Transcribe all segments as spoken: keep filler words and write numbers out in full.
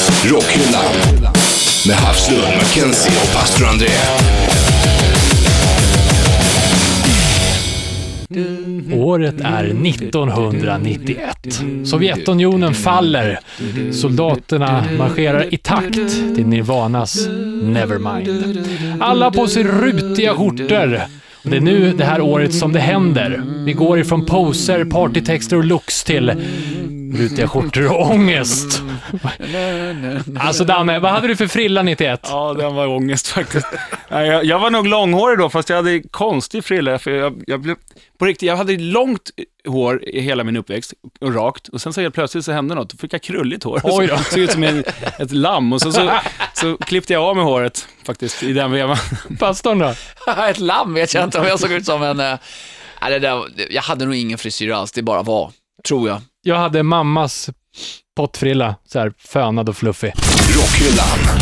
Rockhyllan med Havslund, Mackenzie och Pastor André. Året är nittonhundranittioett. Sovjetunionen faller. Soldaterna marscherar i takt till Nirvanas Nevermind. Alla på sig rutiga skjortor. Det är nu det här året som det händer. Vi går ifrån poser, partytexter och looks till rutiga skjortor och ångest. Alltså Danne, vad hade du för frilla nittioett? Ja, den var ångest faktiskt. Jag, jag var nog långhårig då, fast jag hade konstig frilla. För jag, jag, blev, på riktigt, jag hade långt hår i hela min uppväxt, och rakt. Och sen så helt plötsligt så hände något. Då fick jag krulligt hår. Oj då. Så, såg ut som en, ett lamm. Och så, så, så klippte jag av med håret faktiskt i den vevan. Pastorn då? Ett lamm, vet jag inte om jag såg ut som en... Äh, det där, jag hade nog ingen frisyr alls, det bara var, tror jag. Jag hade mammas pottfrilla, så här fönad och fluffig. Rockhyllan.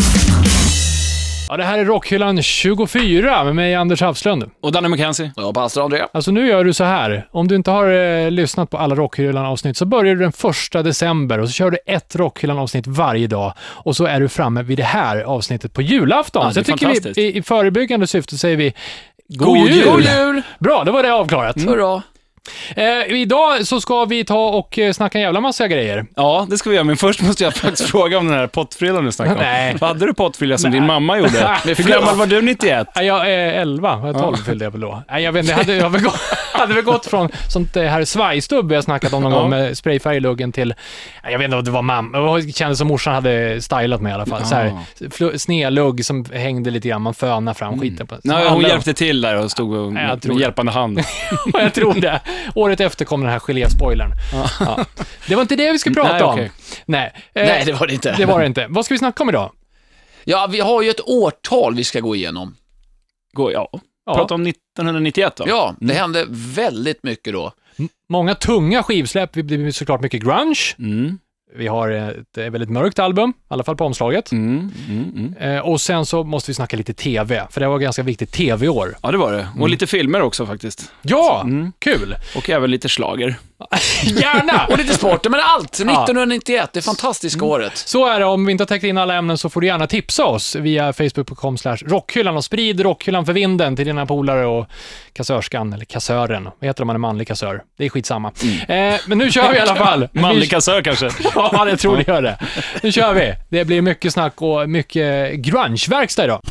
Ja, det här är Rockhyllan tjugofyra med mig, Anders Havslund. Och Danne Mackenzie. Ja, Pastor André. Alltså nu gör du så här. Om du inte har eh, lyssnat på alla Rockhyllan-avsnitt så börjar du den första december och så kör du ett Rockhyllan-avsnitt varje dag. Och så är du framme vid det här avsnittet på julafton. Ja, så jag tycker vi i, i förebyggande syfte säger vi God, God jul! jul! God jul! Bra, då var det avklarat. Mm. Hurra! Eh, idag så ska vi ta och eh, snacka en jävla massa grejer. Ja, det ska vi göra. Men först måste jag faktiskt fråga om den här pottfrillan du snackade om. Nej. Vad hade du pottfrilla som Nej. din mamma gjorde? Hur gammal var du nittioett? Nej, jag är elva, jag är tolv fyllde jag väl då. Nej, jag vet inte, jag hade, jag hade, väl gått, hade väl gått från sånt här svajstubb vi har snackat om någon Ja. gång med sprayfärg i luggen till, jag vet inte vad det var mamma, det kändes som morsan hade stylat med i alla fall. Så här, fl- snedlugg som hängde lite grann, man fönar fram skiten på. Nej, hon Alla- hjälpte till där och stod och, Ja, jag tror med det. hjälpande hand. jag tror det. Året efter kom den här geléspoilern. Ja. Det var inte det vi ska prata Nej, om. okej. Nej, eh, Nej, det var det inte. det var det inte. Vad ska vi snacka om idag? Ja, vi har ju ett årtal vi ska gå igenom. Gå, ja. Ja. Prata om nittonhundranittioett då. Ja, det hände väldigt mycket då. Många tunga skivsläpp, det blir såklart mycket grunge. Mm. Vi har ett väldigt mörkt album, i alla fall på omslaget. Mm, mm, mm. Eh, och sen så måste vi snacka lite tv, för det var ganska viktigt tv-år. Ja, det var det. Och lite filmer också faktiskt. Ja, Mm. kul! Och även lite slager. Gärna! Och lite sport, men allt. nittonhundranittioett, det fantastiska året. Så är det, om vi inte har täckt in alla ämnen så får du gärna tipsa oss via facebook punkt com slash rockhyllan och sprid Rockhyllan för vinden till dina polare och kassörskan, eller kassören. Vad heter det om man är manlig kassör? Det är skitsamma. Eh, men nu kör vi i alla fall. Manlig kassör kanske. Ja, det tror jag det. Nu kör vi. Det blir mycket snack och mycket grunge-verkstad idag.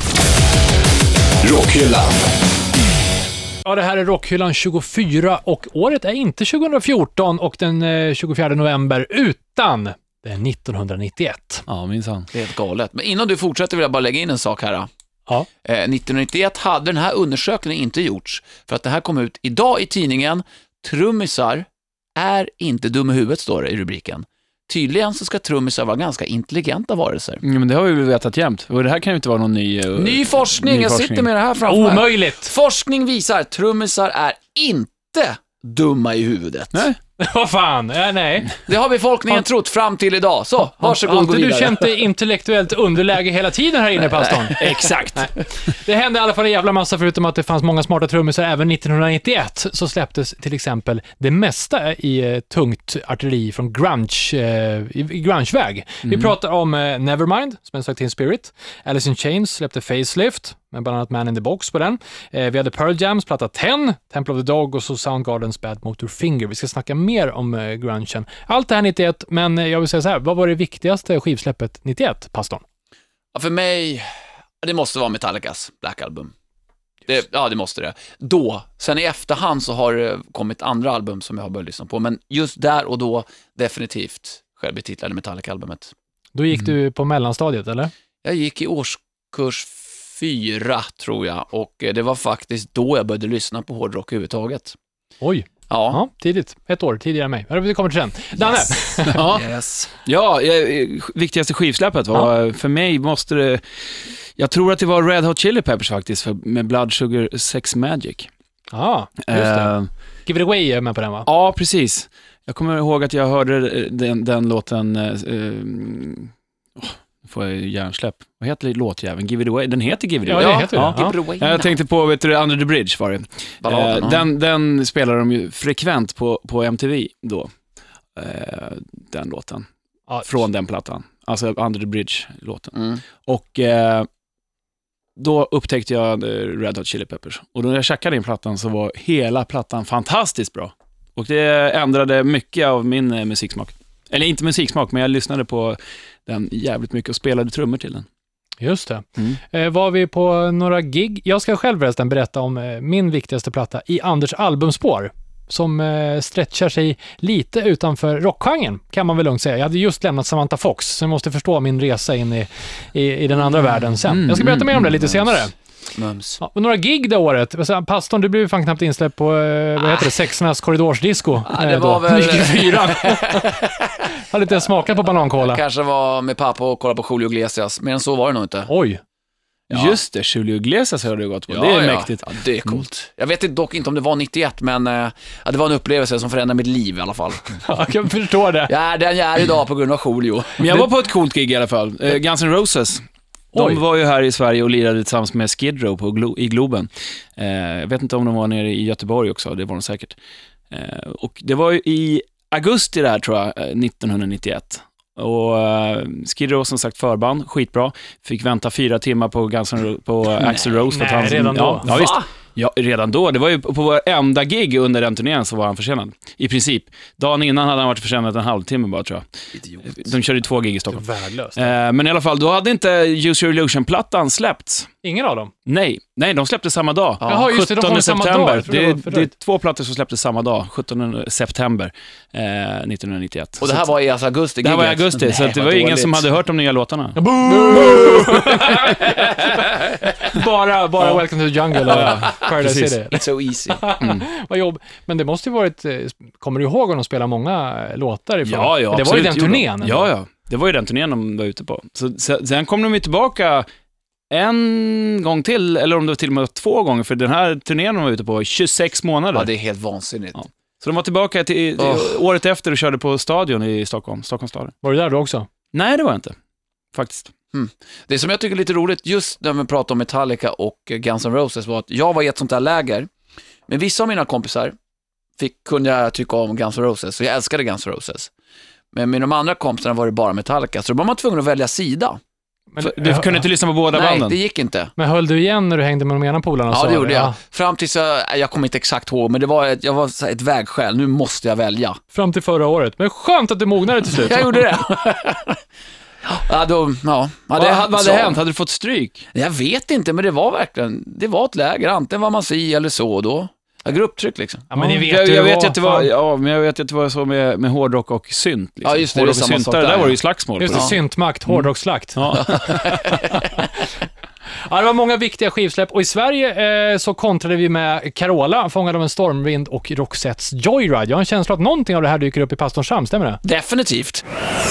Rockhyllan. Ja, det här är Rockhyllan tjugofyra och året är inte tjugofjorton och den eh, tjugofjärde november utan det är nittonhundranittioett. Ja, minsann. Det är helt galet. Men innan du fortsätter vill jag bara lägga in en sak här. Ja. Eh, nittonhundranittioett hade den här undersökningen inte gjorts. För att det här kom ut idag i tidningen. Trummisar är inte dum i huvudet, står det i rubriken. Tydligen så ska trummisar vara ganska intelligenta varelser. Mm, men det har vi väl vetat jämt. Och det här kan ju inte vara någon ny... Uh, Ny forskning, ny jag forskning. sitter med det här framför mig. Omöjligt! Forskning visar att trummisar är inte dumma i huvudet. Nej. Vad fan? Ja, nej. Det har befolkningen trott fram till idag. Så, varsågod Har gå inte du vidare. känt dig intellektuellt underläge hela tiden här inne, pastorn? Exakt. Det hände i alla fall en jävla massa, förutom att det fanns många smarta trummisar. Även nittonhundranittioett så släpptes till exempel det mesta i eh, tungt artilleri från grunge, eh, i, i grunge-väg. Vi pratar om eh, Nevermind, som är en slags Teen Spirit. Alice in Chains släppte Facelift, med bland annat Man in the Box på den. Eh, vi hade Pearl Jams platta tio, Temple of the Dog och så Soundgardens Bad Motor Finger. Vi ska snacka mer om eh, grungen. Allt det här nittioett, men jag vill säga så här, vad var det viktigaste skivsläppet nittioett, pastorn? Ja, för mig, det måste vara Metallicas Black Album. Det, ja, det måste det. Då, sen i efterhand så har det kommit andra album som jag har börjat lyssna på, men just där och då definitivt självbetitlade Metallica-albumet. Då gick mm. du på mellanstadiet, eller? Jag gick i årskurs fyra, tror jag, och det var faktiskt då jag började lyssna på hårdrock överhuvudtaget. Oj. Ja. Ja, tidigt. Ett år tidigare än mig. Vi kommer till den. Danne! Yes. Ja. Yes. Ja, eh, viktigaste skivsläppet var, ja. För mig måste det, jag tror att det var Red Hot Chili Peppers faktiskt, för, med Blood Sugar Sex Magic. Ja, just det. Uh, Give It Away är med på den, va? Ja, precis. Jag kommer ihåg att jag hörde den, den låten, uh, oh, får jag hjärnsläpp. Vad heter låtjäveln? Give It Away? Den heter Give It Away. Ja, det heter ja. det. Give It Away. Ja, jag tänkte på, vet du, Under the Bridge var det. Balladen, uh, den, den spelar de ju frekvent på, på M T V då. Uh, den låten. Ja. Från den plattan. alltså Under the Bridge-låten. Mm. Och eh, då upptäckte jag eh, Red Hot Chili Peppers. Och då när jag checkade in plattan så var hela plattan fantastiskt bra. Och det ändrade mycket av min eh, musiksmak. Eller inte musiksmak, men jag lyssnade på den jävligt mycket och spelade trummor till den. Just det. Mm. Eh, var vi på några gig? Jag ska själv förresten berätta om eh, min viktigaste platta i Anders albumspår. Som eh, stretchar sig lite utanför rockgenren, kan man väl lugnt säga. Jag hade just lämnat Samantha Fox, så jag måste förstå min resa in i, i, i den andra mm. världen sen. Mm. Jag ska berätta mer om det lite Mums. senare. Mums. Ja, och några gig det året. Pastorn, du blev ju fan knappt insläppt på, eh, vad heter det, Sexornas korridorsdisco. Ja, det var väl... nittiofyra. Hade inte smakat på banankola. Kanske var med pappa och kolla på Julio Iglesias, men så var det nog inte. Oj. Ja. Just det, Julio Iglesias har du gått på. Ja, det är ja. mäktigt. Ja, det är coolt. Jag vet dock inte om det var nittioett, men äh, ja, det var en upplevelse som förändrade mitt liv i alla fall. Ja, jag kan förstå det. Jag är den jag är idag på grund av Julio. Men jag var på ett coolt gig i alla fall. Eh, Guns N' Roses. De Oj. var ju här i Sverige och lirade tillsammans med Skid Row på Glo- i Globen. Eh, jag vet inte om de var nere i Göteborg också, det var de säkert. Eh, och det var ju i augusti där, tror jag, nittonhundranittioett. Och uh, Skid Row som sagt förband, skitbra. Fick vänta fyra timmar på Guns N' Roses, på Axl Rose. För nej, att han, redan då? Ja, ja, Va? visst. Ja, redan då. Det var ju på vår enda gig under den turnén så var han försenad. I princip. Dagen innan hade han varit försenad en halvtimme bara, tror jag. Idiot. De körde ju två gig i Stockholm. Värdelöst. Eh, men i alla fall, då hade inte Use Your Illusion-plattan släppts. Ingen av dem? Nej, nej, de släppte samma dag. Jaha, just det, de kom samma september. dag. Jag trodde Det, det det, var för det är röjt. två plattor som släpptes samma dag, sjuttonde september eh, nittonhundranittioett. Och det här var i alltså augusti. Det här var i giget. augusti, Nej, så att det vad var ingen dåligt. som hade hört de nya låtarna. bara bara Ja. Welcome to the Jungle och Paradise precis. City. It's so easy. Vad jobb. Men det måste ju varit, eh, kommer du ihåg om de spelar många eh, låtar ifrån? Ja, ja, Det var ju absolut, den gjorde de. turnén. ändå. Ja, ja. Det var ju den turnén de var ute på. Så, sen, sen kom de ju tillbaka en gång till, eller om det var till och med två gånger, för den här turnén de var ute på tjugosex månader. Ja, det är helt vansinnigt. Ja. Så de var tillbaka till, Oh. året efter och körde på stadion i Stockholm, Stockholms stad. Var du där då också? Nej, det var jag inte. Faktiskt. Det som jag tycker är lite roligt just när vi pratar om Metallica och Guns N' Roses var att jag var i ett sånt där läger. Men vissa av mina kompisar fick, kunde jag tycka om Guns N' Roses, så jag älskade Guns N' Roses. Men med de andra kompisarna var det bara Metallica, så då var man tvungen att välja sida. Men, För, du kunde inte lyssna på båda Nej, banden? det gick inte. men höll du igen när du hängde med de ena polarna? och Ja, sa det gjorde jag. Ja. Fram tills jag, jag kommer inte exakt ihåg, men det var ett, jag var så här ett vägskäl. Nu måste jag välja. Fram till förra året. Men skönt att du mognade till slut. Jag gjorde det. Ja, då, ja. Vad, det, vad hade så- hänt? Hade du fått stryk? Jag vet inte, men det var verkligen, det var ett läger. Antingen var man si eller så då. Ja, grupptryck liksom. Ja, men ni vet jag, ju jag vad vet ju att det var, fan- ja, men jag vet ju att det var så med, med hårdrock och synt. Liksom. Ja, just det, Hårdrock det är och samma syntar, sak där där, var det ja. ju slagsmål. Just det, på det. syntmakt, hårdrocksslakt. Ja. Ja, det var många viktiga skivsläpp och i Sverige eh, så kontrade vi med Carola, Fångad av en stormvind och Roxettes Joyride. Jag har en känsla att någonting av det här dyker upp i Pastorns Sam, stämmer det? Definitivt.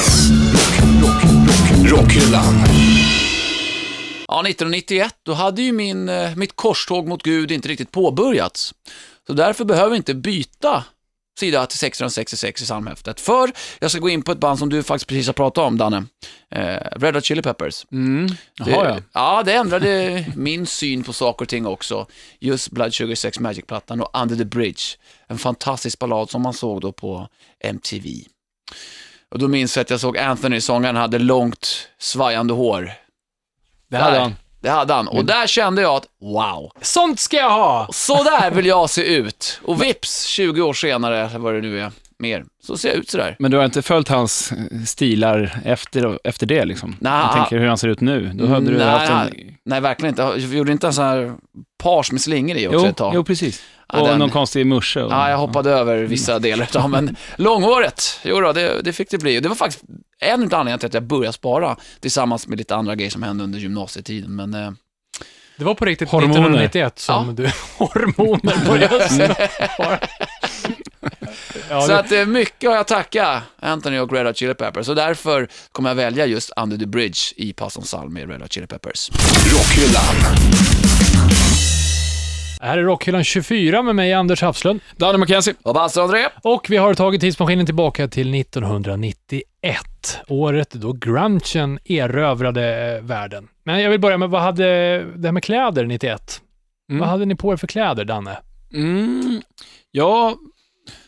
Rockhyllan. Ja, nittonhundranittioett, då hade ju min, eh, mitt korståg mot Gud inte riktigt påbörjats. Så därför behöver vi inte byta sida till sexhundrasextiosex i psalmhäftet. För jag ska gå in på ett band som du faktiskt precis har pratat om, Danne. Eh, Red Hot Chili Peppers. Mm. Det, Jaha, ja. ja, det ändrade min syn på saker och ting också. Just Blood Sugar Sex Magic-plattan och Under the Bridge. En fantastisk ballad som man såg då på M T V. Och då minns jag att jag såg Anthony, sångaren, hade långt svajande hår. Det hade Där. han. Det hade han. Och där kände jag att, wow, Sånt ska jag ha! så där vill jag se ut. Och vips, tjugo år senare, eller vad det nu är, mer, så ser jag ut sådär. Men du har inte följt hans stilar efter, efter det liksom? Nej. Jag tänker hur han ser ut nu. Då hade du Nej, haft en... nej, nej, verkligen inte. Jag gjorde inte en sån här pars med slingor i också Jo, ett tag. jo, precis. Ja, och den- någon konstig musche. Och... Ja, jag hoppade över vissa delar av, men långhåret, jo då, det, det fick det bli. Det var faktiskt en av anledningarna till att jag började spara tillsammans med lite andra grejer som hände under gymnasietiden, men eh, Det var på riktigt Hormoner. nittonhundranittioett som Ja. du... Hormoner började sen. Ja, så det, att eh, mycket har jag tacka Anthony och Red Hot Chili Peppers, så därför kommer jag välja just Under the Bridge i Pastorns psalm med Red Hot Chili Peppers. Rockhyllan. här är Rockhyllan tjugofyra med mig, Anders Hafslund. Danne McKenzie. Och Basse André? Och vi har tagit tidsmaskinen tillbaka till nittonhundranittioett. Året då grungen erövrade eh, världen. Men jag vill börja med, vad hade det här med kläder nittioett? Mm. Vad hade ni på er för kläder, Danne? Mm. Ja,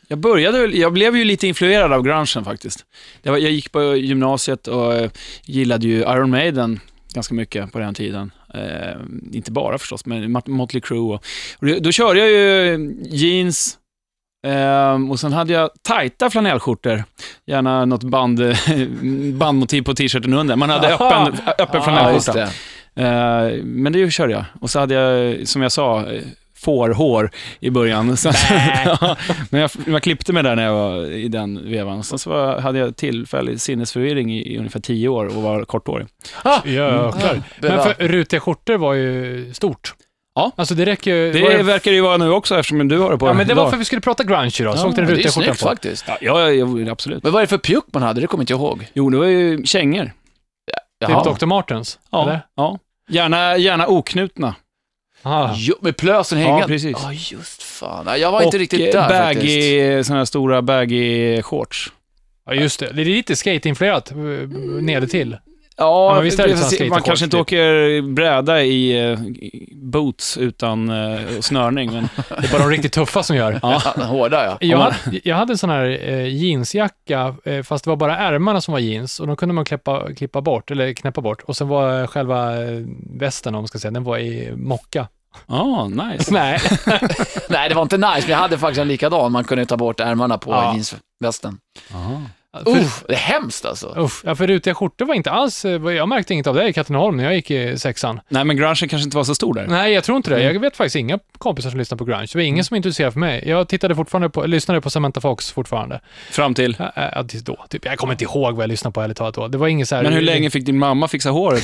Jag började, jag blev ju lite influerad av grungen faktiskt. Det var, jag gick på gymnasiet och eh, gillade ju Iron Maiden ganska mycket på den tiden. Eh, inte bara förstås, men Motley Crue. Och, och då, då körde jag ju jeans eh, och sen hade jag tajta flanellskjortor. Gärna något band, bandmotiv på t-shirten under. Man hade öppen, öppen flanellskjorta. Eh, men det körde jag. Och så hade jag, som jag sa... fårhår i början. Så, ja, men jag, jag klippte mig där när jag var i den vevan. Sen så var, hade jag tillfällig sinnesförvirring i, i ungefär tio år och var korthårig. Ah, ja, klar. Men för rutiga skjortor var ju stort. Ja. Alltså det räcker ju... Det, det verkar ju vara nu också eftersom du har det på. Ja, men det var för att vi skulle prata grunge idag. Såg den rutiga skjortan på. Faktiskt. Ja, ja, ja, absolut. Men vad är det för pjuck man hade? Det kommer inte jag ihåg. Jo, det var ju kängor. Ja. Typ doktor Martens, ja. eller? Ja. Gärna, gärna oknutna. Ah. Jo, med plösen hängande. Ja, precis. Ja, just fan. Nej, jag var inte riktigt där baggy, faktiskt. såna här stora baggy shorts. Ja, just det. Det är lite skate-influerat nere till. Ja, ja visst är det precis, man man kanske inte åker bräda i, i boots utan uh, snörning. Men... Det är bara de riktigt tuffa som gör. Ja, hårda ja. Jag, jag hade en sån här eh, jeansjacka, eh, fast det var bara ärmarna som var jeans och då kunde man klippa, klippa bort, eller knäppa bort. Och sen var själva eh, västen, om man ska säga, den var i mocka. Ja, oh, nice. Nej. Nej, det var inte nice, men jag hade faktiskt en likadan. Man kunde ta bort ärmarna på ja. jeansvästen. Aha. För, Uff, det är hemskt alltså. Uff, ja, för rutiga skjortor var inte alls, jag märkte inget av det i Katrineholm när jag gick i sexan. Nej, men grungen kanske inte var så stor där. Nej, jag tror inte det. Jag vet faktiskt inga kompisar som lyssnar på grunge. Det var ingen mm. som är intresserad för mig. Jag tittade fortfarande på, lyssnade på Samantha Fox fortfarande. Fram till? Ja, ja, tills då. Typ, jag kommer inte ihåg vad jag lyssnade på ärligt talat då. Det var inget så här... Men hur länge fick din mamma fixa håret?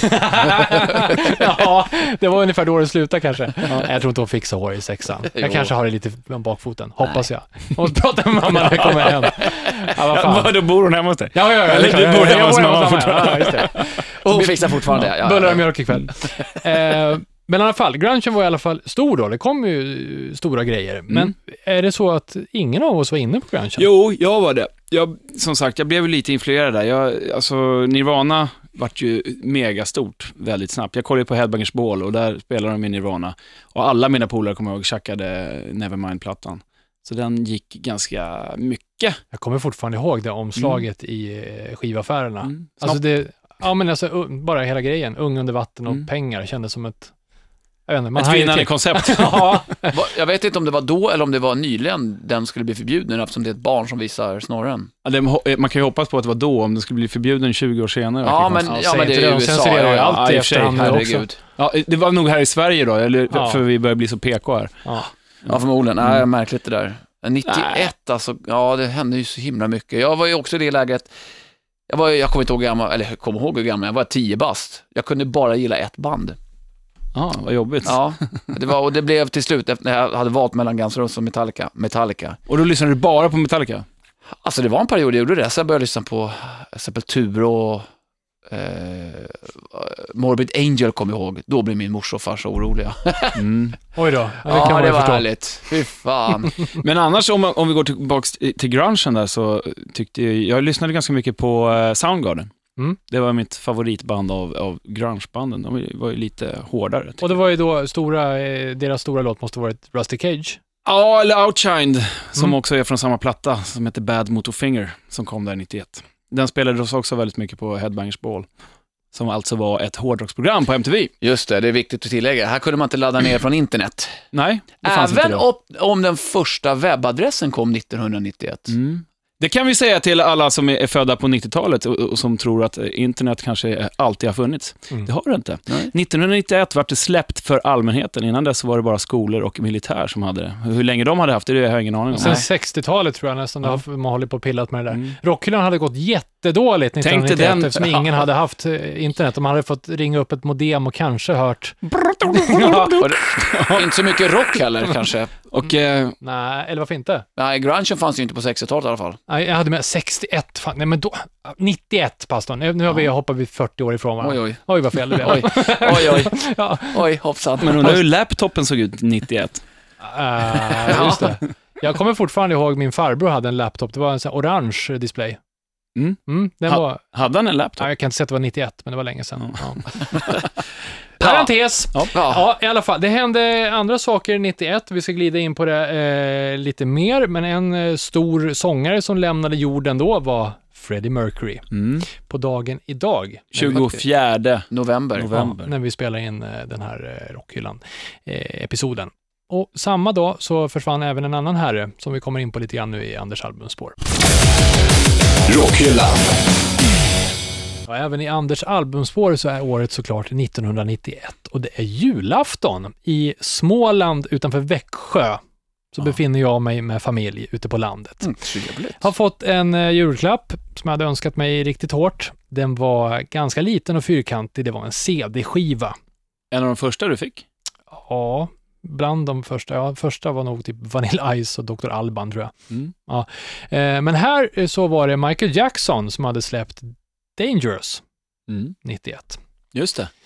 Ja, det var ungefär då det slutade kanske. Ja. Jag tror inte hon fixar hår i sexan. Jag kanske har det lite på bakfoten. Hoppas Nej. jag. Och prata med mamma när jag kommer hem. Ja, vad fan. Ja, då bor hon hemma hos dig? Ja, ja, ja. Eller du bor hemma hos mamma fortfarande. Ja, just det. Hon fixar fortfarande det. Ja, bullar och ja. mjölk ikväll. eh, men i alla fall, grungen var i alla fall stor då. Det kom ju stora grejer. Men mm. är det så att ingen av oss var inne på grungen? Jo, jag var det. Jag, som sagt, jag blev lite influerad där. Jag, alltså, Nirvana vart ju mega stort väldigt snabbt. Jag kollade på Headbangers Ball och där spelade de i Nirvana. Och alla mina polare, kommer jag ihåg, tjackade Nevermind-plattan. Så den gick ganska mycket. Jag kommer fortfarande ihåg det omslaget mm. i skivaffärerna. Mm. Alltså Snopp. det, ja men alltså bara hela grejen. Ung under vatten och mm. pengar kändes som ett... Jag vet inte, man ett vinnande koncept. Ja. Jag vet inte om det var då eller om det var nyligen den skulle bli förbjuden eftersom det är ett barn som visar snorren. Ja, det, man kan ju hoppas på att det var då, om det skulle bli förbjuden tjugo år senare. Ja, men, ja, ja, men det är ju U S A. Ja, ja, allt i ja, efterhand också. Ja, det var nog här i Sverige då, eller, ja. för vi börjar bli så P K här. Ja, ja förmodligen. Nej, mm. märkligt det där. nittioett, Nej. alltså, ja det hände ju så himla mycket. Jag var ju också i det läget, jag, var, jag kommer inte ihåg gammal, eller jag kommer ihåg hur gammal, jag var tio bast. Jag kunde bara gilla ett band. Ja, ah, vad jobbigt. Ja, det var, och det blev till slut när jag hade valt mellan Guns N' Roses och Metallica. Metallica. Och då lyssnade du bara på Metallica? Alltså det var en period jag gjorde det. Sen började jag lyssna på Sepultura och eh, Morbid Angel kom jag ihåg. Då blev min mors och far så oroliga. Mm. Oj då. Ja, det, ja, det var härligt. Fy fan. Men annars, om, om vi går tillbaka till grungen där, så tyckte jag, jag lyssnade ganska mycket på uh, Soundgarden. Mm. Det var mitt favoritband av, av grungebanden. De var ju lite hårdare. Och det var ju då stora, deras stora låt måste ha varit Rusty Cage. Ja, eller Outshined, som mm. också är från samma platta, som heter Bad Motorfinger, som kom där nittioett. Den spelades också väldigt mycket på Headbangers Ball, som alltså var ett hårdrocksprogram på M T V. Just det, det är viktigt att tillägga. Här kunde man inte ladda ner från internet. Nej, det fanns Även inte då. Även om den första webbadressen kom nittonhundranittioett. Mm. Det kan vi säga till alla som är födda på nittiotalet och, och som tror att internet kanske alltid har funnits. Mm. Det har det inte. Nej. nittonhundranittioett var det släppt för allmänheten. Innan dess var det bara skolor och militär som hade det. Hur länge de hade haft det, det har jag ingen aning om. Sen sextiotalet tror jag nästan ja. man håller på och pillat med det där. Mm. Rockhyllan hade gått jättedåligt nittonhundranittioett den, eftersom ja. ingen hade haft internet. De hade fått ringa upp ett modem och kanske hört... ja. Inte så mycket rock heller kanske. Och, eh... Nej, eller varför inte? Nej, grungen fanns ju inte på sextiotalet i alla fall. Nej, jag hade med sextioett. Fan, nej, men då... nittioett, pastorn. Nu har vi, hoppar vi fyrtio år ifrån varandra. Oj, oj. Oj, vad fel det blev. oj, oj, oj. Ja. Oj, hoppsan. Men undrar hur laptopen såg ut nittioett. Uh, just det. Jag kommer fortfarande ihåg min farbror hade en laptop. Det var en sån här orange display. Mm. Mm, den Ha- var, Hade han en laptop? ja, jag kan inte säga att det var nittioett, men det var länge sedan. Ja. Parentes. Ja. Ja. Ja, i alla fall. Det hände andra saker nittioett. Vi ska glida in på det eh, lite mer. Men en eh, stor sångare som lämnade jorden då var Freddie Mercury. Mm. På dagen idag. tjugofjärde November. november. Ja, när vi spelar in eh, den här eh, Rockhyllan-episoden. Och samma dag så försvann även en annan herre som vi kommer in på lite grann nu i Anders albumspår. Rockhyllan. Ja, även i Anders albumspår så är året såklart nittonhundranittioett och det är julafton i Småland utanför Växjö. Så befinner jag mig med familj ute på landet. Mm, trevligt. Har fått en eh, julklapp som jag hade önskat mig riktigt hårt. Den var ganska liten och fyrkantig. Det var en C D-skiva. En av de första du fick? Ja, bland de första. Ja, första var nog typ Vanilla Ice och doktor Alban tror jag. Mm. Ja. Eh, men här eh, så var det Michael Jackson som hade släppt Dangerous Mm. nittioett. Just det.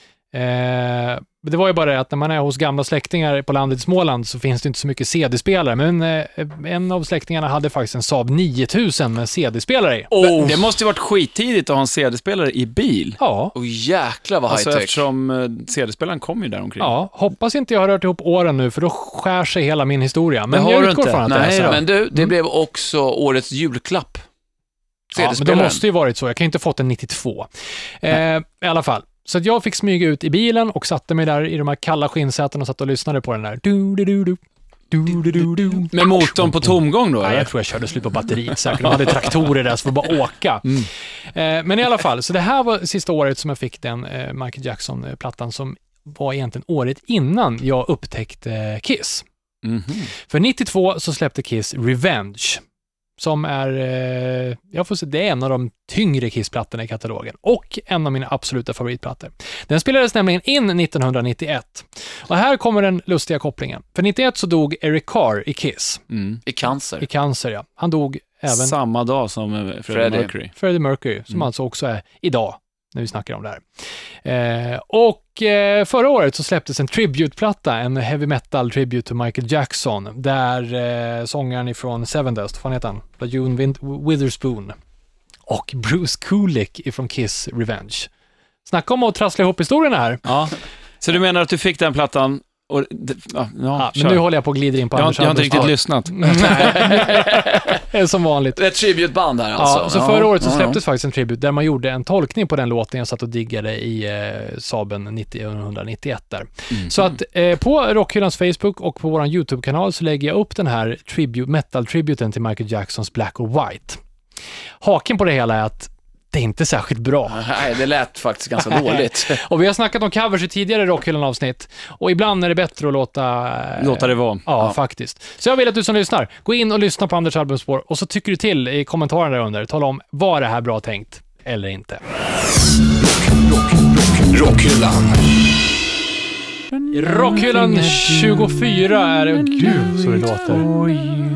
Eh, det var ju bara det att när man är hos gamla släktingar på landet i Småland så finns det inte så mycket C D-spelare. Men eh, en av släktingarna hade faktiskt en Saab nio tusen med C D-spelare i. Oh. Det måste ju varit skittidigt att ha en C D-spelare i bil. Ja, Och jäklar vad Alltså high-tech. eftersom eh, C D-spelaren kom ju där omkring. ja, hoppas inte jag har rört ihop åren nu för då skär sig hela min historia. Men Det har jag du utgår inte. från att det är Nej så. då. Men du, det Mm. blev också årets julklapp. Ja, men det C D-spelaren. måste ju varit så. Jag kan ju inte fått en nittiotvå. Eh, I alla fall. Så att jag fick smyga ut i bilen och satte mig där i de här kalla skinnsäten och satt och lyssnade på den där. Du, du, du, du. Du, du, du, du. Med motorn på tomgång då? Nej, eller? jag tror jag körde slut på batteriet säkert. De hade traktorer där så får bara åka. Mm. Eh, men i alla fall, så det här var sista året som jag fick den eh, Michael Jackson-plattan som var egentligen året innan jag upptäckte Kiss. Mhm. För nittiotvå så släppte Kiss Revenge. Som är, eh, jag får säga, det är en av de tyngre Kiss-plattorna i katalogen. Och en av mina absoluta favoritplattor. Den spelades nämligen in nittonhundranittioett. Och här kommer den lustiga kopplingen. För nittioett så dog Eric Carr i Kiss. Mm. I cancer. I cancer, ja. Han dog även Samma dag som eh, Freddie Freddie. Mercury. Freddie Mercury, som Mm. alltså också är idag, när vi snackar om det här. Eh, och eh, förra året så släpptes en tributeplatta, en heavy metal tribute to Michael Jackson, där eh, sångaren ifrån Seven Dust, vad fan heter han? June Win- Witherspoon och Bruce Kulick ifrån Kiss Revenge. Snacka om att trassla ihop historierna här. Ja. Så du menar att du fick den plattan och... d- Ja, ja, Ja, men kör. nu håller jag på att glida in på jag, har, Anders jag har inte Albers- riktigt lyssnat. Nej, som vanligt. Det är ett tributeband här alltså. Ja, så förra året så ja, släpptes faktiskt en tribute där man gjorde en tolkning på den låten jag satt och diggade i eh, Saaben nittonhundranittioett där. Mm. Så att eh, på Rockhyllans Facebook och på vår YouTube-kanal så lägger jag upp den här tribute, metal-tributen till Michael Jacksons Black or White. Haken på det hela är att det är inte särskilt bra. Nej, det lät faktiskt ganska dåligt. Och vi har snackat om covers i tidigare Rockhyllan-avsnitt och ibland är det bättre att låta... eh, Låta det vara. Ja, Ja. faktiskt. Så jag vill att du som lyssnar, gå in och lyssna på Anders albumspår och så tycker du till i kommentarerna där under. Tala om, var det här bra tänkt eller inte? Rockhyllan. Rockhyllan tjugofyra är det... Gud, så det låter.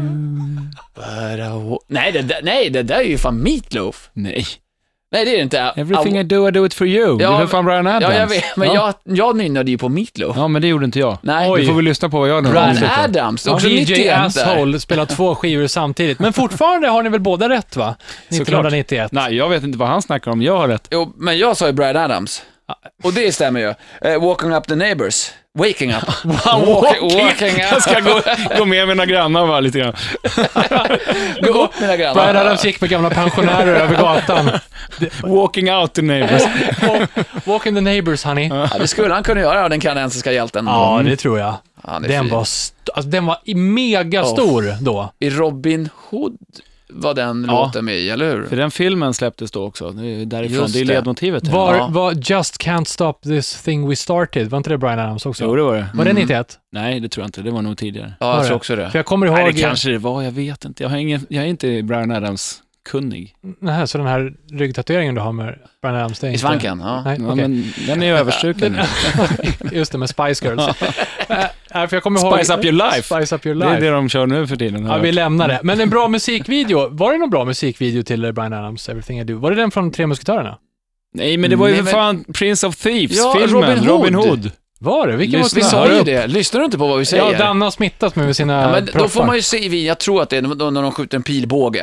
Nej, det, där- nej, det där är ju fan Meatloaf. Nej. Nej, det är det inte. Everything I do, I do it for you. det är för fan Brian Adams. Ja, jag vet, men ja. jag, jag nynnade ju på Meatloaf. Ja, men det gjorde inte jag. Nej. Du får väl lyssna på vad jag nu Brian avslutar. Adams, också D J nittioett där. Asshole spelar två skivor samtidigt. Men fortfarande har ni väl båda rätt, va? nittonhundranittioett. Nej, jag vet inte vad han snackar om. Jag har rätt. Jo, men jag sa ju Brian Adams. Och det stämmer ju. Uh, walking up the neighbors. Waking up. walking, walking up. Jag ska gå, gå med mina grannar va, lite grann. Gå upp mina grannar. Brian Adams gick med gamla pensionärer över gatan. Walking out the neighbors. Walk in the neighbors, honey. Ja, det skulle han kunna göra, den kanadensiska hjälten. Ja, det tror jag. Han är Den fin. var, st- alltså, den var i- megastor då. I Robin Hood var den Ja. låten med i, eller hur? För den filmen släpptes då också. Det är därifrån. Just det är det. ledmotivet. Var, Ja. var Just Can't Stop This Thing We Started, var inte det Brian Adams också? Jo, det var det. Var det nittioett? Nej, det tror jag inte. Det var nog tidigare. Ja, Var jag det? tror också det. För jag kommer ihåg... Nej, det kanske det var. Jag vet inte. Jag, har ingen, jag är inte Brian Adams-kunnig. Nej, så den här ryggtatueringen du har med Brian Adams, det är I inte... svanken, ja. Nej, Ja, okej. men den är ju överstruken. Just det, med Spice Girls. äh, för jag kommer ihåg... Spice up your life. Spice up your Det life. är det de kör nu för tiden. Ja, vi lämnar det. Men en bra musikvideo. Var det någon bra musikvideo till Brian Adams Everything I Do? Var det den från Tre Musketörerna? Nej, men det var ju Nej, för men- fan Prince of Ja, Thieves-filmen. Robin Robin Hood. Hood. Var det? Vilken Lyssna. Vi var sa hör ju upp. det. Lyssnar du inte på vad vi säger? Ja, Danne har smittat mig med sina Ja, men då proffar. får man ju se i videon, jag tror att det är när när de skjuter en pilbåge.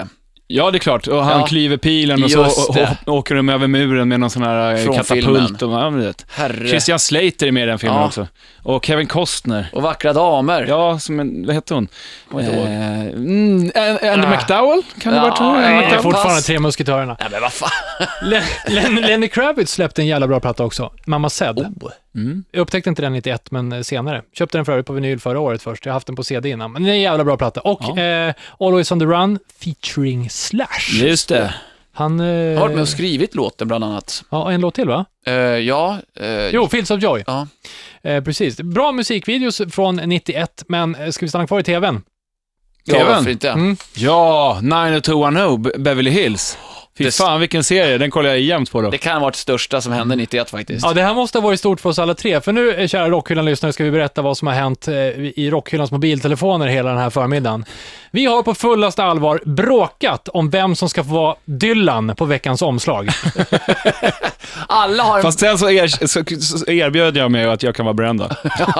Ja, det är klart. Och han Ja. kliver pilen och så Just och, det. och, åker de över muren med någon sån här Från katapult. Och, ja, men vet. Herre. Christian Slater är med i den filmen Ja. också. Och Kevin Costner. Och vackra damer. Ja, som en, vad heter hon? Kommer inte ihåg. Eh, mm, Andy Ah. McDowell? Kan det Ja, vara hon? nej, Det är Pass. fortfarande Tre musketörerna. Nej, men vad fan. Len, Len, Lenny Kravitz släppte en jävla bra platta också. Mamma Said. Oh. Mm. Jag upptäckte inte den nittioett, men senare. Köpte den för övrigt på vinyl förra året först. Jag har haft den på C D innan. Men det är en jävla bra platta. Och Ja. eh, Always on the Run featuring Slash. Just det. Han... Eh, Jag har varit med och skrivit låten bland annat. Ja, en låt till va? Uh, ja. Uh, Jo, Fields of Joy. Ja. Eh, precis. Bra musikvideos från nittioett, men eh, ska vi stanna kvar i tvn? Ja, T V:n. varför inte? Mm. Ja, nine oh two one oh, Be- Beverly Hills. Fy Det- fan, vilken serie. Den kollar jag jämt på då. Det kan ha varit det största som hände nittioett faktiskt. Ja, det här måste ha varit stort för oss alla tre. För nu, eh, kära Rockhyllan-lyssnare, ska vi berätta vad som har hänt eh, i Rockhyllans mobiltelefoner hela den här förmiddagen. Vi har på fullaste allvar bråkat om vem som ska få vara Dylan på veckans omslag. Alla har en... Fast sen så, er, så, så erbjöd jag mig att jag kan vara Brenda.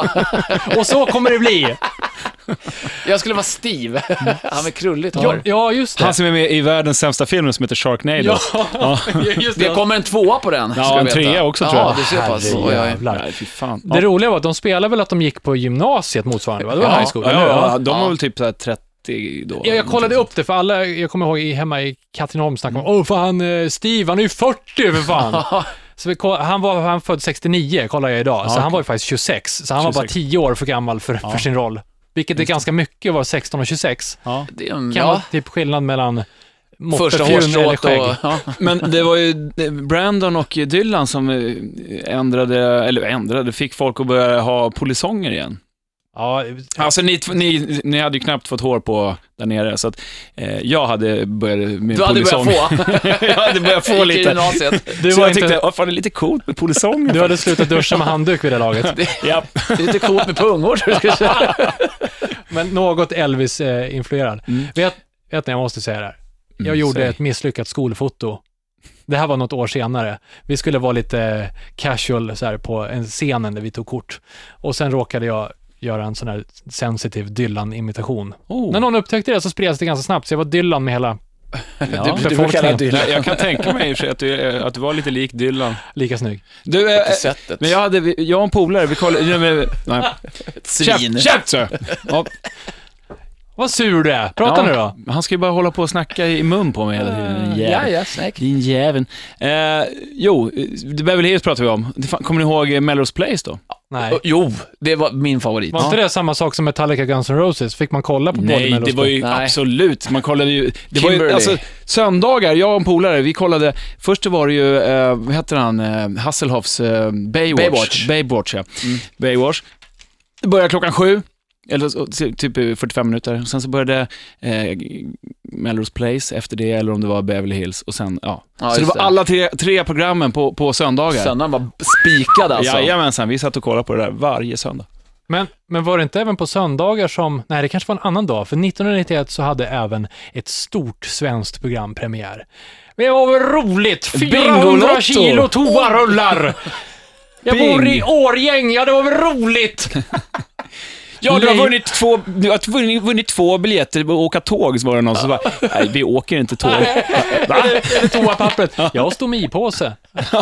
Och så kommer det bli. Jag skulle vara Steve. Han med krulligt hår. Ja, ja just det. Han som är med i världens sämsta film som heter Sharknado. Ja, just Det kommer en tvåa på den. Ja, ska du en veta. trea också, ja, tror jag. Ja, det ser pass. Oj, oj. Herrejävlar. Nej, fy fan. Det roliga var att de spelade väl att de gick på gymnasiet motsvarande, va? Det var ja, high school, ja, eller hur? ja, de var Ja. väl typ så här trettio då. Ja, jag kollade upp det för alla, jag kommer ihåg i, hemma i Katrineholm snackade om, åh fan, eh, Steve, han är ju fyrtio för fan. Så vi, koll- han var han född sextionio, kollar jag idag, så Ja, han var ju faktiskt tjugosex, så han var bara tjugosex. tio år för gammal för, Ja. för sin roll. Vilket är ganska mycket att vara sexton och tjugosex. Ja. Det är en, Kan vara ja, typ skillnad mellan första moppefjun eller hårstrået skägg. och... Ja. Men det var ju Brandon och Dylan som eh, ändrade, eller ändrade, fick folk att börja ha polisonger igen. Ja, Alltså ni, ni, ni hade ju knappt fått hår på där nere, så att eh, jag hade börjat med Du hade polisong. börjat få. Jag hade börjat få Gick i lite. gymnasiet. du, Så var jag inte, tyckte, åh fan, det är lite coolt med polisonger. du hade slutat duscha med handduk vid det laget. Ja. Det är lite coolt med pungor, tror jag ska säga. Men något Elvis-influerad. Mm. Vet, vet ni, jag måste säga det här. Jag Mm, gjorde säg. ett misslyckat skolfoto. Det här var något år senare. Vi skulle vara lite casual så här, på en scenen där vi tog kort. Och sen råkade jag göra en sån här sensitiv Dylan-imitation. Oh. När någon upptäckte det så spreds det ganska snabbt, så jag var Dylan med hela Ja. du- du får kalla Dylan. Jag kan tänka mig i och för sig att du, att du var lite lik Dylan. lika snygg. Du, eh, På sättet. men jag hade, jag och en polare, vi kollade, nej, Ett svin. käft, käft så. Ja, Vad sur du är. Prata ja, nu då. Han ska ju bara hålla på och snacka i mun på mig hela tiden. Ja, Jävel. ja, snäck. Din jäveln. Eh, jo, The Beverly Hills pratar vi om. Det fan- Kommer ni ihåg Melrose Place då? Nej. Jo, det var min favorit. Var inte det samma sak som Metallica, Guns N' Roses? Fick man kolla på både Nej, Melrose det var ju Nej. absolut. Man kollade ju... Det var ju Kimberly. alltså, söndagar, jag och en polare, vi kollade... Först var det ju, eh, vad heter han, eh, Hasselhoffs eh, Baywatch. Baywatch. Baywatch, ja. Mm. Baywatch. Det började klockan sju. Eller så, typ fyrtiofem minuter. Sen så började eh, Melrose Place efter det, eller om det var Beverly Hills. Och sen, ja. Ja, så det just var alla tre, tre programmen på, på söndagar. Söndagen var spikad alltså. Jajamensan, vi satt och kollade på det där varje söndag. Men, men var det inte även på söndagar som... Nej, det kanske var en annan dag. För nittonhundranittioett så hade även ett stort svenskt program premiär. Men det var väl roligt! fyrahundra Bingolotto. kilo toarullar! Jag Bing. bor i Årgäng, ja det var väl roligt! Ja, du har Nej. vunnit två, du har vunnit, vunnit två biljetter att åka tåg, så var det någon som bara, nej, vi åker inte tåg. Va? Eller toapappret. Jag har stomipåse.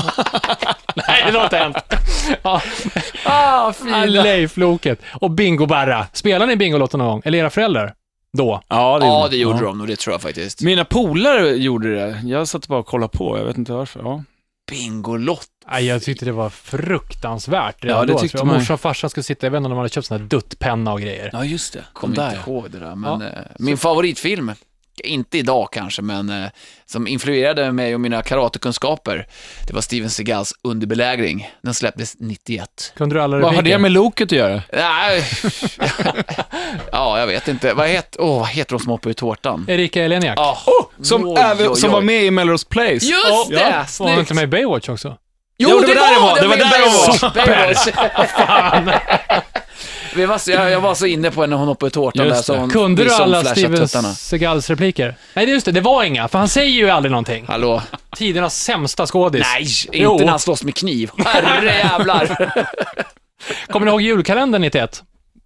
Nej, det har inte hänt. Ja. Ah, Ah, fina. Leif Loket. Och Bingo Barra. Spelar ni Bingolotto någon gång? Eller era föräldrar? Då? Ja, Ja, det gjorde ja. de nog, det tror jag faktiskt. Mina polare gjorde det. Jag satt bara och kollade på, jag vet inte varför. Ja. Bingolott. Nej, jag tyckte det var fruktansvärt redan Ja, det då, tyckte tror jag. man. Morsan och farsan skulle sitta, jag vet inte om de hade köpt sån här duttpenna och grejer. Ja, just det. Kommer De inte där. ihåg det där, men Ja. eh, min favoritfilm, inte idag kanske, men eh, som influerade mig och mina karatekunskaper, det var Steven Seagals Underbelägring. Den släpptes nittioett. Kunde du alla Vad har repliker? det med Loket att göra? Nej. Ja, jag vet inte. Vad heter, oh, vad heter de som hoppar i tårtan? Erika Eleniak. Oh, Som, oj, även, oj, som oj. var med i Melrose Place. Just Ja. det! Var hon Snyggt! inte med i Baywatch också? Jo, Jo, det, det var där det var, det var med där det Baywatch. Baywatch. Vi var så, jag, jag var så inne på när hon hoppade i tårtan Just där, så det. hon Kunde du visade alla flashat Steven tuttarna. Seagals repliker? Nej, det är just det. Det var inga, för han säger ju aldrig någonting. Hallå? Tidernas sämsta skådis. Nej, Jo. inte när han slåss med kniv. Herre jävlar. Kommer ni ihåg julkalendern nittioett?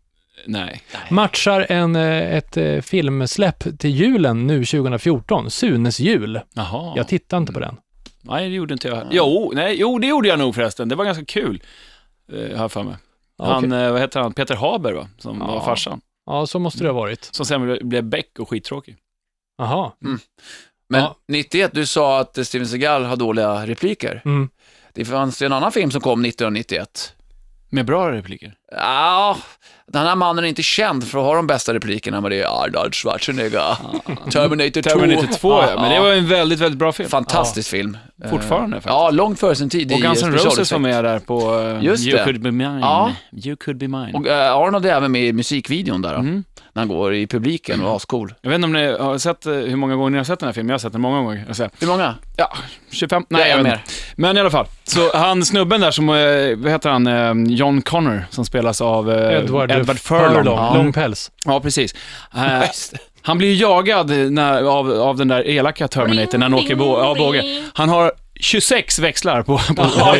Nej. Matchar en, eh, ett eh, filmsläpp till julen nu tjugo fjorton. Sunes jul. Jaha. Jag tittar inte på den. Nej, det gjorde inte jag. Jo, nej, jo, det gjorde jag nog förresten. Det var ganska kul. Uh, här för mig. Han, Okej. eh, vad heter han? Peter Haber, va? Som Ja. var farsan. Ja, så måste det ha varit. Som sen blev Beck och skittråkig. Jaha. Men Ja. nittioett, du sa att Steven Seagal har dåliga repliker. Mm. Det fanns ju en annan film som kom nittonhundranittioett. Med bra repliker. Ja, den här mannen är inte känd för att ha de bästa replikerna, men det är Arnold Schwarzenegger. Terminator två. Terminator två, ja. Ja, Men det ja. var en väldigt, väldigt bra film. Fantastisk film. Fortfarande, Eh, faktiskt. Ja, långt före sin tid. Och i Guns N' special Roses var effect. med där på uh, Just You det. Could Be Mine. Ja. You Could Be Mine. Och eh, Arnold är även med i musikvideon där. Mm. När han går i publiken och är ascool. Jag vet inte om ni har sett, eh, hur många gånger ni har sett den här filmen. Jag har sett den många gånger. Jag säger, Hur många? ja, tjugofem? Nej, Nej, jag jag vet mer. inte. Men i alla fall. Så han snubben där som, eh, vad heter han? Eh, John Connor, som spelas av eh, Edward, Edward Furlong. Furlong. Ja. Lång päls. Ja, precis. Eh, han blir ju jagad när, av, av den där elaka Terminator när han åker bo, av båge. Han har tjugosex växlar på, på Ja,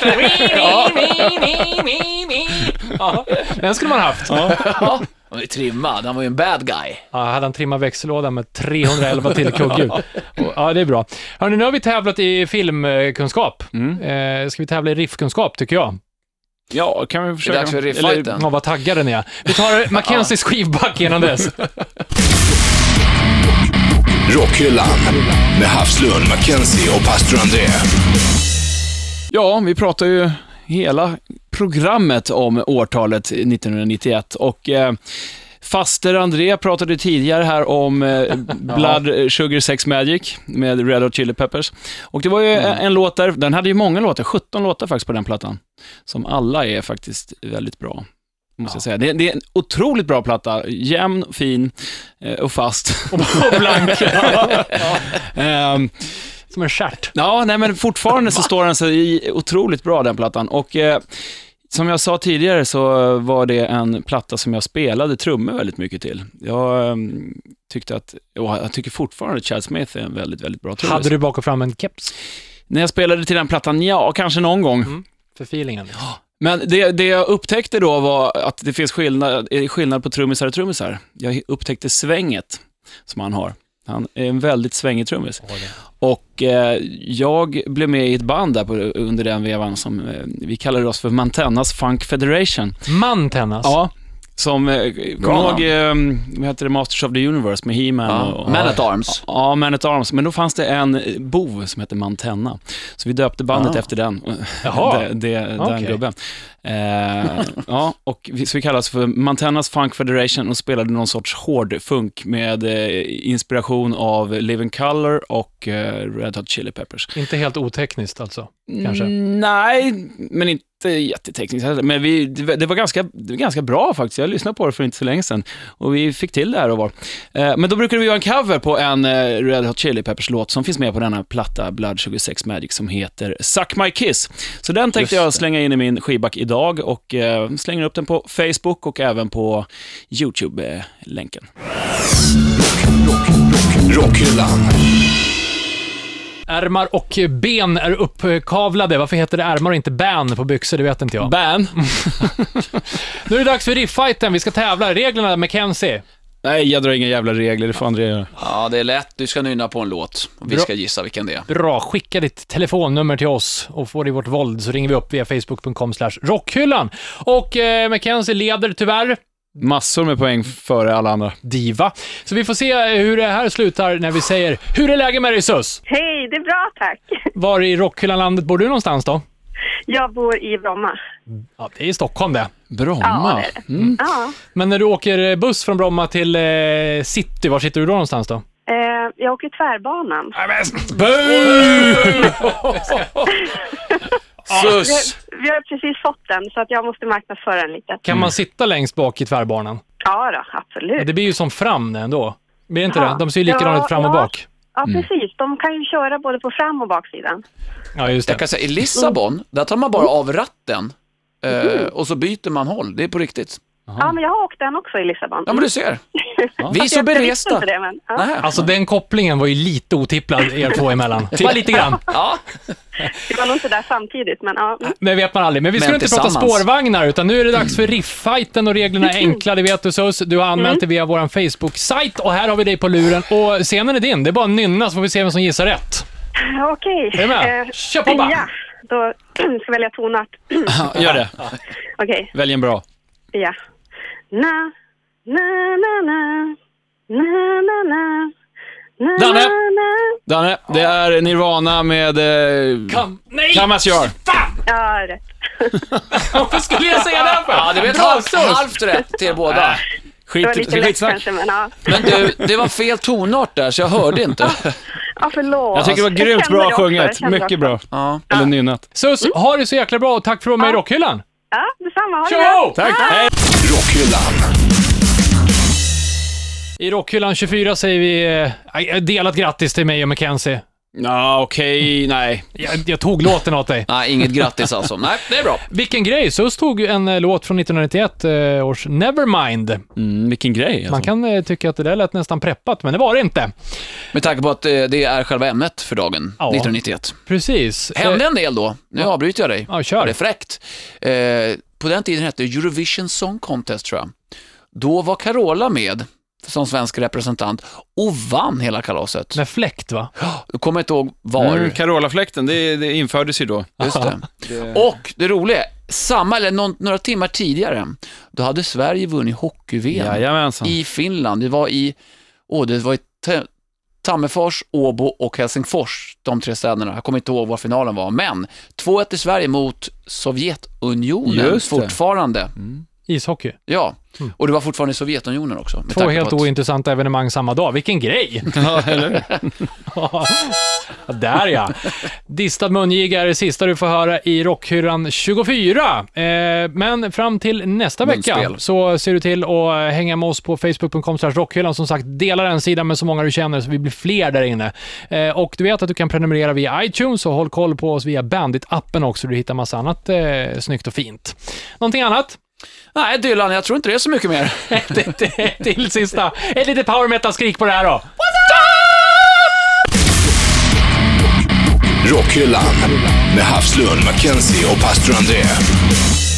ja. Den skulle man haft. Ja. Ja, han är trimmad. Han var ju en bad guy. Ja, hade han trimmat växellådan med trehundraelva till kugghjul. Och, ja, det är bra. Hörrni, nu har vi tävlat i filmkunskap. Mm. Eh, ska vi tävla i riffkunskap, tycker jag? Ja, kan vi Det är försöka. dags för Eller- rifffighten. Ja, vad taggade ni är. Vi tar Mackenzies skivback innan dess. Rockhyllan med Havslund, Mackenzie och pastor André. Ja, vi pratar ju hela programmet om årtalet nittonhundranittioett och eh, faster André pratade tidigare här om eh, Blood Sugar Sex Magic med Red Hot Chili Peppers. Och det var ju en, en låt där, den hade ju många låtar, sjutton låtar faktiskt på den plattan, som alla är faktiskt väldigt bra. Måste jag säga. Det, det är en otroligt bra platta, jämn, fin eh, och fast. Och blank. Ehm, Som en stjärt. Ja, nej, men fortfarande så står den så i, otroligt bra, den plattan. Och eh, som jag sa tidigare så var det en platta som jag spelade trummor väldigt mycket till. Jag eh, tyckte att, och jag tycker fortfarande att Chad Smith är en väldigt, väldigt bra trummis. Hade du bak och fram en keps När jag spelade till den plattan, ja, kanske någon gång. Mm. för feelingen? Men det, det jag upptäckte då var att det finns skillnad, skillnad på trummisar och trummisar. Jag upptäckte svänget som han har. Han är en väldigt svängig trummis. Och eh, jag blev med i ett band där på, under den vevan som eh, vi kallade oss för Mantennas Funk Federation. Mantennas? Ja, som, eh, kommer du ihåg, eh, vad heter det, Masters of the Universe med He-Man? Ja. och, Man at Arms. Ja, Man at Arms. Men då fanns det en bov som hette Mantenna. Så vi döpte bandet Ah. efter den. Jaha. det, det, den Okej. gubben. Eh, ja, och vi, så vi kallas för Mantennas Funk Federation och spelade någon sorts hård funk med eh, inspiration av Living Colour och eh, Red Hot Chili Peppers. Inte helt otekniskt alltså, kanske? Mm, nej, men inte jättetekniskt heller. Men vi, det, det, var ganska, det var ganska bra faktiskt. Jag lyssnade på det för inte så länge sedan. Och vi fick till det här och var. Eh, men då brukade vi göra en cover på en eh, Red Hot Chili Peppers-låt som finns med på denna platta Blood Sugar Sex Magic som heter Suck My Kiss. Så den tänkte Just jag det. slänga in i min skivback idag och eh, slänger upp den på Facebook och även på YouTube-länken. Rockhyllan. Ärmar och ben är uppkavlade. Varför heter det ärmar och inte bän på byxor? Det vet inte jag. Ban. Nu är det dags för rifffighten. Vi ska tävla. Reglerna, Mackenzie. Nej, jag drar inga jävla regler. Det får André göra. Ja, det är lätt. Du ska nynna på en låt. Och vi Bra. ska gissa vilken det är. Bra, skicka ditt telefonnummer till oss och får det i vårt våld så ringer vi upp via facebook punkt com slash rockhyllan. Och eh, Mackenzie leder tyvärr Massor med poäng före alla andra. diva. Så vi får se hur det här slutar när vi säger hur är läget med dig, Sus? Hej, det är bra tack. Var i Rockhyllan-landet bor du någonstans då? Jag bor i Bromma. Ja, det är i Stockholm det. Bromma. Ja, det är det. Mm. Ja. Men när du åker buss från Bromma till eh, city, var sitter du då någonstans då? Eh, jag åker tvärbanan. Vi Sus! har, vi har precis fått den så att jag måste marknadsföra den lite. Kan man sitta längst bak i tvärbanan? Ja då, absolut. Det blir ju som fram ändå. Blir inte Ja. det? De ser ju likadant Ja, ut fram och ja. bak. Ja, precis. De kan ju köra både på fram- och baksidan. Ja, just Jag det. kan säga, i Lissabon, där tar man bara av ratten eh, och så byter man håll. Det är på riktigt. Ja, men jag har åkt den också i Lissabon. Ja, men du ser. Vi är så Jag visste beresta. inte det, men, ja. Nej. Alltså den kopplingen var ju lite otipplad er två emellan. Bara lite grann. Ja. Det var nog inte där samtidigt, men ja. Men vet man aldrig. Men vi ska Men inte prata tillsammans. spårvagnar, utan nu är det dags för riff-fighten och reglerna är enkla, det vet du Sus. Du har anmält det via vår Facebook-sajt och här har vi dig på luren. Och scenen är din, det är bara en nynna så får vi se vem som gissar rätt. Okej. Är du med? Eh, Kör på bara. Ja, då ska jag välja tonart. Gör det. Okej, Välj en bra. ja. Na, na, na, na. Na, na, na. Na, Danne. na. Danne, det är Nirvana med... Eh, Kam- Nej! Come As You Are. Ja, rätt. Varför skulle jag säga det här för? Ja, det blev Bra, halvt, Sus. halvt rätt till er båda. Skit, Det var lite lätt skitsnack. kanske, men ja. Men du, det var fel tonart där, så jag hörde inte. Ja, förlåt. Jag tycker det var Jag grymt kände bra det också, jag sjunget. kände det Mycket också. bra. Ja. Eller nynnat. Sus, ha det så jäkla bra och tack för att du var med i Rockhyllan. Ja, detsamma. Ha det bra. Tjo! Tack. Hej. Rockhyllan. I Rockhyllan tjugofyra säger vi eh, delat grattis till mig och Mackenzie. Ja, okej, nej. Jag, jag tog låten åt dig. Nej, inget grattis alltså. Nej, det är bra. Vilken grej, Sus tog en eh, låt från nittonhundranittioett eh, års Nevermind. Mm, vilken grej alltså. Man kan eh, tycka att det där lät nästan preppat, men det var det inte. Med tanke på att eh, det är själva ämnet för dagen, Ja. nittonhundranittioett. Precis. Hände en del då. Nu avbryter jag dig. Ja, kör. Det är fräckt. Eh, på den tiden hette det Eurovision Song Contest, tror jag. Då var Carola med som svensk representant och vann hela kalaset. Med fläkt, va? Jag kommer inte ihåg var. Mm, Carola-fläkten, det, det infördes ju då. Just det. Och det roliga, samma eller någon, några timmar tidigare, då hade Sverige vunnit hockey-V M Jajamensan. i Finland. Det var i, åh, det var i T- Tammerfors, Åbo och Helsingfors, de tre städerna. Jag kommer inte ihåg vad finalen var, men två ett i Sverige mot Sovjetunionen Just det. fortfarande. Ishockey. Ja, och det var fortfarande i Sovjetunionen också. med Två tanke helt på att- ointressanta evenemang samma dag. Vilken grej! Ja, eller? Ja, där ja. Distad mungiga är det sista du får höra i Rockhyllan tjugofyra. Eh, men fram till nästa vecka Munspel. så ser du till att hänga med oss på facebook punkt com slash rockhyllan. Som sagt, dela den sidan med så många du känner så vi blir fler där inne. Eh, och du vet att du kan prenumerera via iTunes och håll koll på oss via Bandit-appen också. Du hittar massa annat eh, snyggt och fint. Någonting annat? Nej, Dylan, jag tror inte det är så mycket mer. Till sista. Ett litet power metal-skrik på det här då. Rockhyllan med Havslund, Mackenzie och pastor André.